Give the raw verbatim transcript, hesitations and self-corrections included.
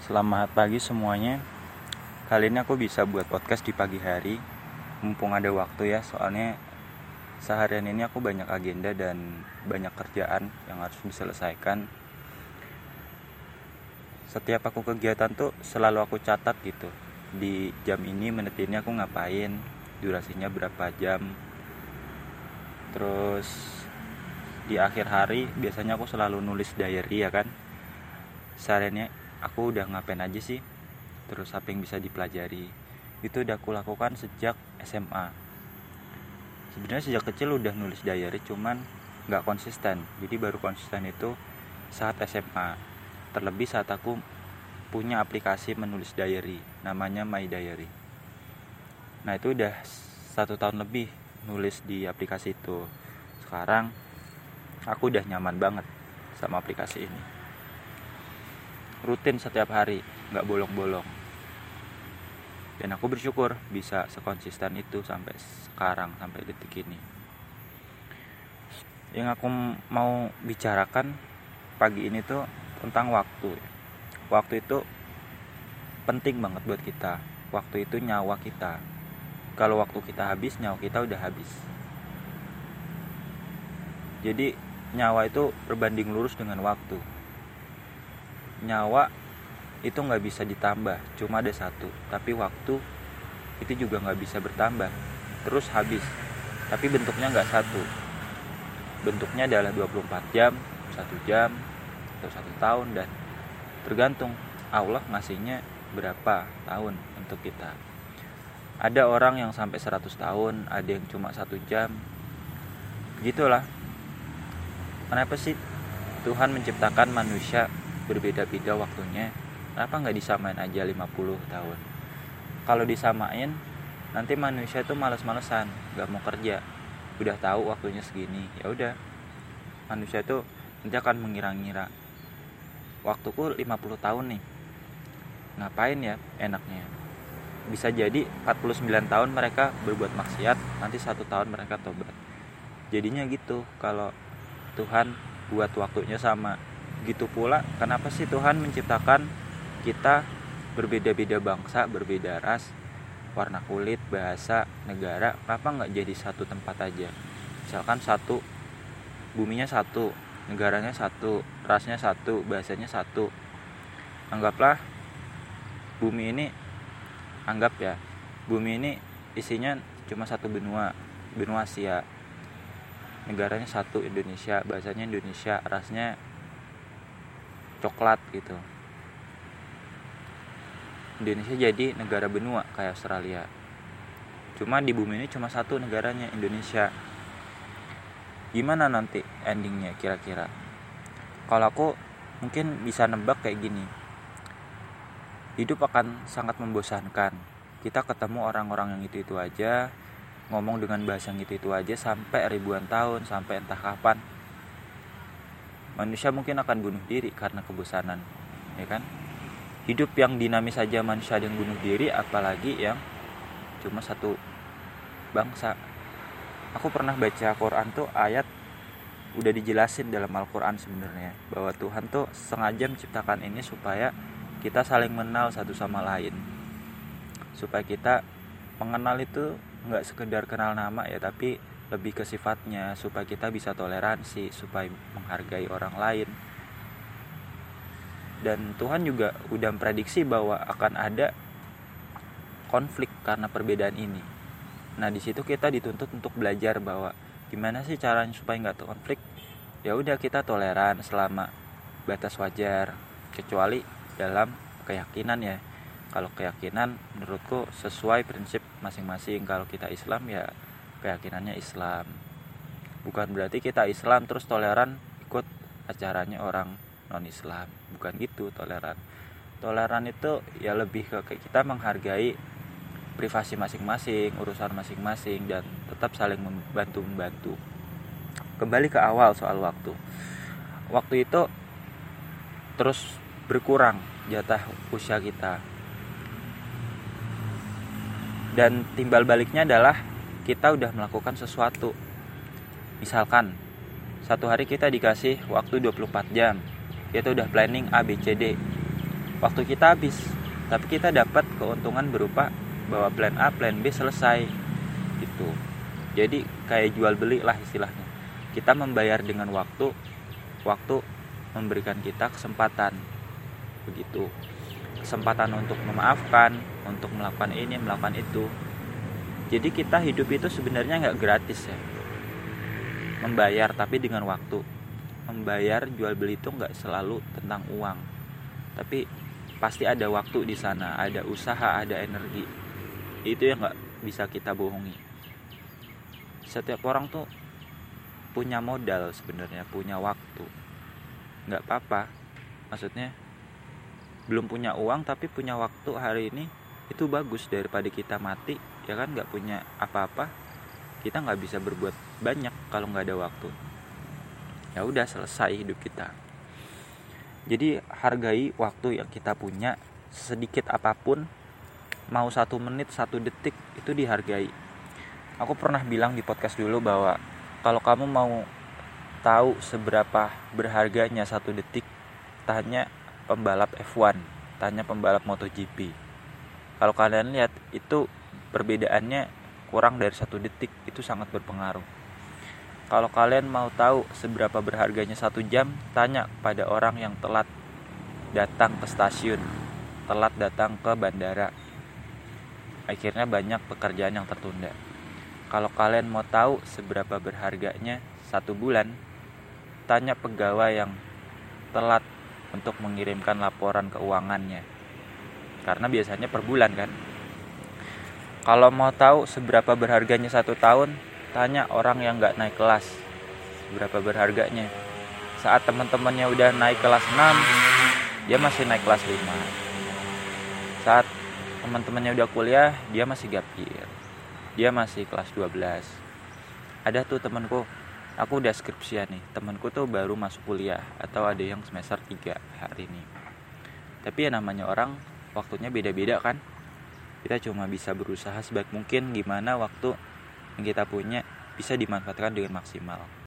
Selamat pagi semuanya. Kali ini aku bisa buat podcast di pagi hari, mumpung ada waktu ya. Soalnya seharian ini aku banyak agenda dan banyak kerjaan yang harus diselesaikan. Setiap aku kegiatan tuh selalu aku catat gitu. Di jam ini, menit ini aku ngapain, durasinya berapa jam. Terus di akhir hari biasanya aku selalu nulis diary ya kan. Sehariannya aku udah ngapain aja sih, terus apa yang bisa dipelajari. Itu udah aku lakukan sejak S M A. Sebenarnya sejak kecil udah nulis diary, cuman gak konsisten. Jadi baru konsisten itu saat S M A. Terlebih saat aku punya aplikasi menulis diary, namanya My Diary. Nah itu udah satu tahun lebih nulis di aplikasi itu. Sekarang aku udah nyaman banget sama aplikasi ini. Rutin setiap hari, gak bolong-bolong. Dan aku bersyukur bisa sekonsisten itu sampai sekarang, sampai detik ini. Yang aku mau bicarakan pagi ini tuh tentang waktu. Waktu itu penting banget buat kita. Waktu itu nyawa kita. Kalau waktu kita habis, nyawa kita udah habis. Jadi nyawa itu berbanding lurus dengan waktu. Nyawa itu gak bisa ditambah, cuma ada satu. Tapi waktu itu juga gak bisa bertambah, terus habis. Tapi bentuknya gak satu. Bentuknya adalah dua puluh empat jam, satu jam, atau satu tahun. Dan tergantung Allah ngasihnya berapa tahun untuk kita. Ada orang yang sampai seratus tahun, ada yang cuma satu jam. Begitulah. Kenapa sih Tuhan menciptakan manusia berbeda-beda waktunya? Kenapa gak disamain aja lima puluh tahun? Kalau disamain, nanti manusia tuh malas-malesan, gak mau kerja. Udah tahu waktunya segini, ya udah. Manusia tuh nanti akan mengira-ngira, waktuku lima puluh tahun nih, ngapain ya enaknya? Bisa jadi empat puluh sembilan tahun mereka berbuat maksiat, nanti satu tahun mereka tobat. Jadinya gitu kalau Tuhan buat waktunya sama. Gitu pula kenapa sih Tuhan menciptakan kita berbeda-beda bangsa, berbeda ras, warna kulit, bahasa, negara. Kenapa gak jadi satu tempat aja? Misalkan satu, buminya satu, negaranya satu, rasnya satu, bahasanya satu. Anggaplah bumi ini, anggap ya, bumi ini isinya cuma satu benua, benua Asia. Negaranya satu, Indonesia, bahasanya Indonesia, rasnya coklat gitu. Indonesia jadi negara benua kayak Australia. Cuma di bumi ini cuma satu negaranya, Indonesia. Gimana nanti endingnya kira-kira? Kalau aku mungkin bisa nebak kayak gini. Hidup akan sangat membosankan. Kita ketemu orang-orang yang itu-itu aja, ngomong dengan bahasa yang itu-itu aja sampai ribuan tahun, sampai entah kapan. Manusia mungkin akan bunuh diri karena kebosanan, ya kan? Hidup yang dinamis saja manusia ada yang bunuh diri, apalagi yang cuma satu bangsa. Aku pernah baca Quran tuh, ayat udah dijelasin dalam Al-Quran sebenarnya, bahwa Tuhan tuh sengaja menciptakan ini supaya kita saling mengenal satu sama lain. Supaya kita mengenal itu gak sekedar kenal nama ya, tapi lebih ke sifatnya, supaya kita bisa toleransi, supaya menghargai orang lain. Dan Tuhan juga udah memprediksi bahwa akan ada konflik karena perbedaan ini. Nah di situ kita dituntut untuk belajar bahwa gimana sih caranya supaya nggak konflik. Ya udah, kita toleran selama batas wajar, kecuali dalam keyakinan ya. Kalau keyakinan menurutku sesuai prinsip masing-masing. Kalau kita Islam ya keyakinannya Islam. Bukan berarti kita Islam terus toleran ikut acaranya orang non-Islam. Bukan gitu toleran. Toleran itu ya lebih ke kita menghargai privasi masing-masing, urusan masing-masing, dan tetap saling membantu-membantu. Kembali ke awal soal waktu. Waktu itu terus berkurang jatah usia kita. Dan timbal baliknya adalah kita udah melakukan sesuatu. Misalkan satu hari kita dikasih waktu dua puluh empat jam. Kita udah planning A, B, C, D. waktu kita habis, tapi kita dapat keuntungan berupa bahwa plan A, plan B selesai gitu. Jadi kayak jual beli lah istilahnya. Kita membayar dengan waktu, waktu memberikan kita kesempatan begitu, kesempatan untuk memaafkan, untuk melakukan ini, melakukan itu. Jadi kita hidup itu sebenarnya nggak gratis ya, membayar tapi dengan waktu. Membayar jual beli itu nggak selalu tentang uang, tapi pasti ada waktu di sana, ada usaha, ada energi. Itu yang nggak bisa kita bohongi. Setiap orang tuh punya modal sebenarnya, punya waktu. Nggak apa-apa, maksudnya belum punya uang tapi punya waktu hari ini, itu bagus daripada kita mati ya kan, nggak punya apa-apa. Kita nggak bisa berbuat banyak kalau nggak ada waktu. Ya udah, selesai hidup kita. Jadi hargai waktu yang kita punya, sedikit apapun, mau satu menit, satu detik, itu dihargai. Aku pernah bilang di podcast dulu bahwa kalau kamu mau tahu seberapa berharganya satu detik, tanya pembalap F satu, tanya pembalap MotoGP. Kalau kalian lihat itu perbedaannya kurang dari satu detik, itu sangat berpengaruh. Kalau kalian mau tahu seberapa berharganya satu jam, tanya pada orang yang telat datang ke stasiun, telat datang ke bandara. Akhirnya banyak pekerjaan yang tertunda. Kalau kalian mau tahu seberapa berharganya satu bulan, tanya pegawai yang telat untuk mengirimkan laporan keuangannya. Karena biasanya per bulan kan. Kalau mau tahu seberapa berharganya satu tahun, tanya orang yang gak naik kelas berapa berharganya. Saat teman-temannya udah naik kelas enam, dia masih naik kelas lima. Saat teman-temannya udah kuliah, dia masih gap year, dia masih kelas dua belas. Ada tuh temanku, aku udah skripsian nih, temanku tuh baru masuk kuliah, atau ada yang semester tiga hari ini. Tapi ya namanya orang, waktunya beda-beda kan. Kita cuma bisa berusaha sebaik mungkin gimana waktu yang kita punya bisa dimanfaatkan dengan maksimal.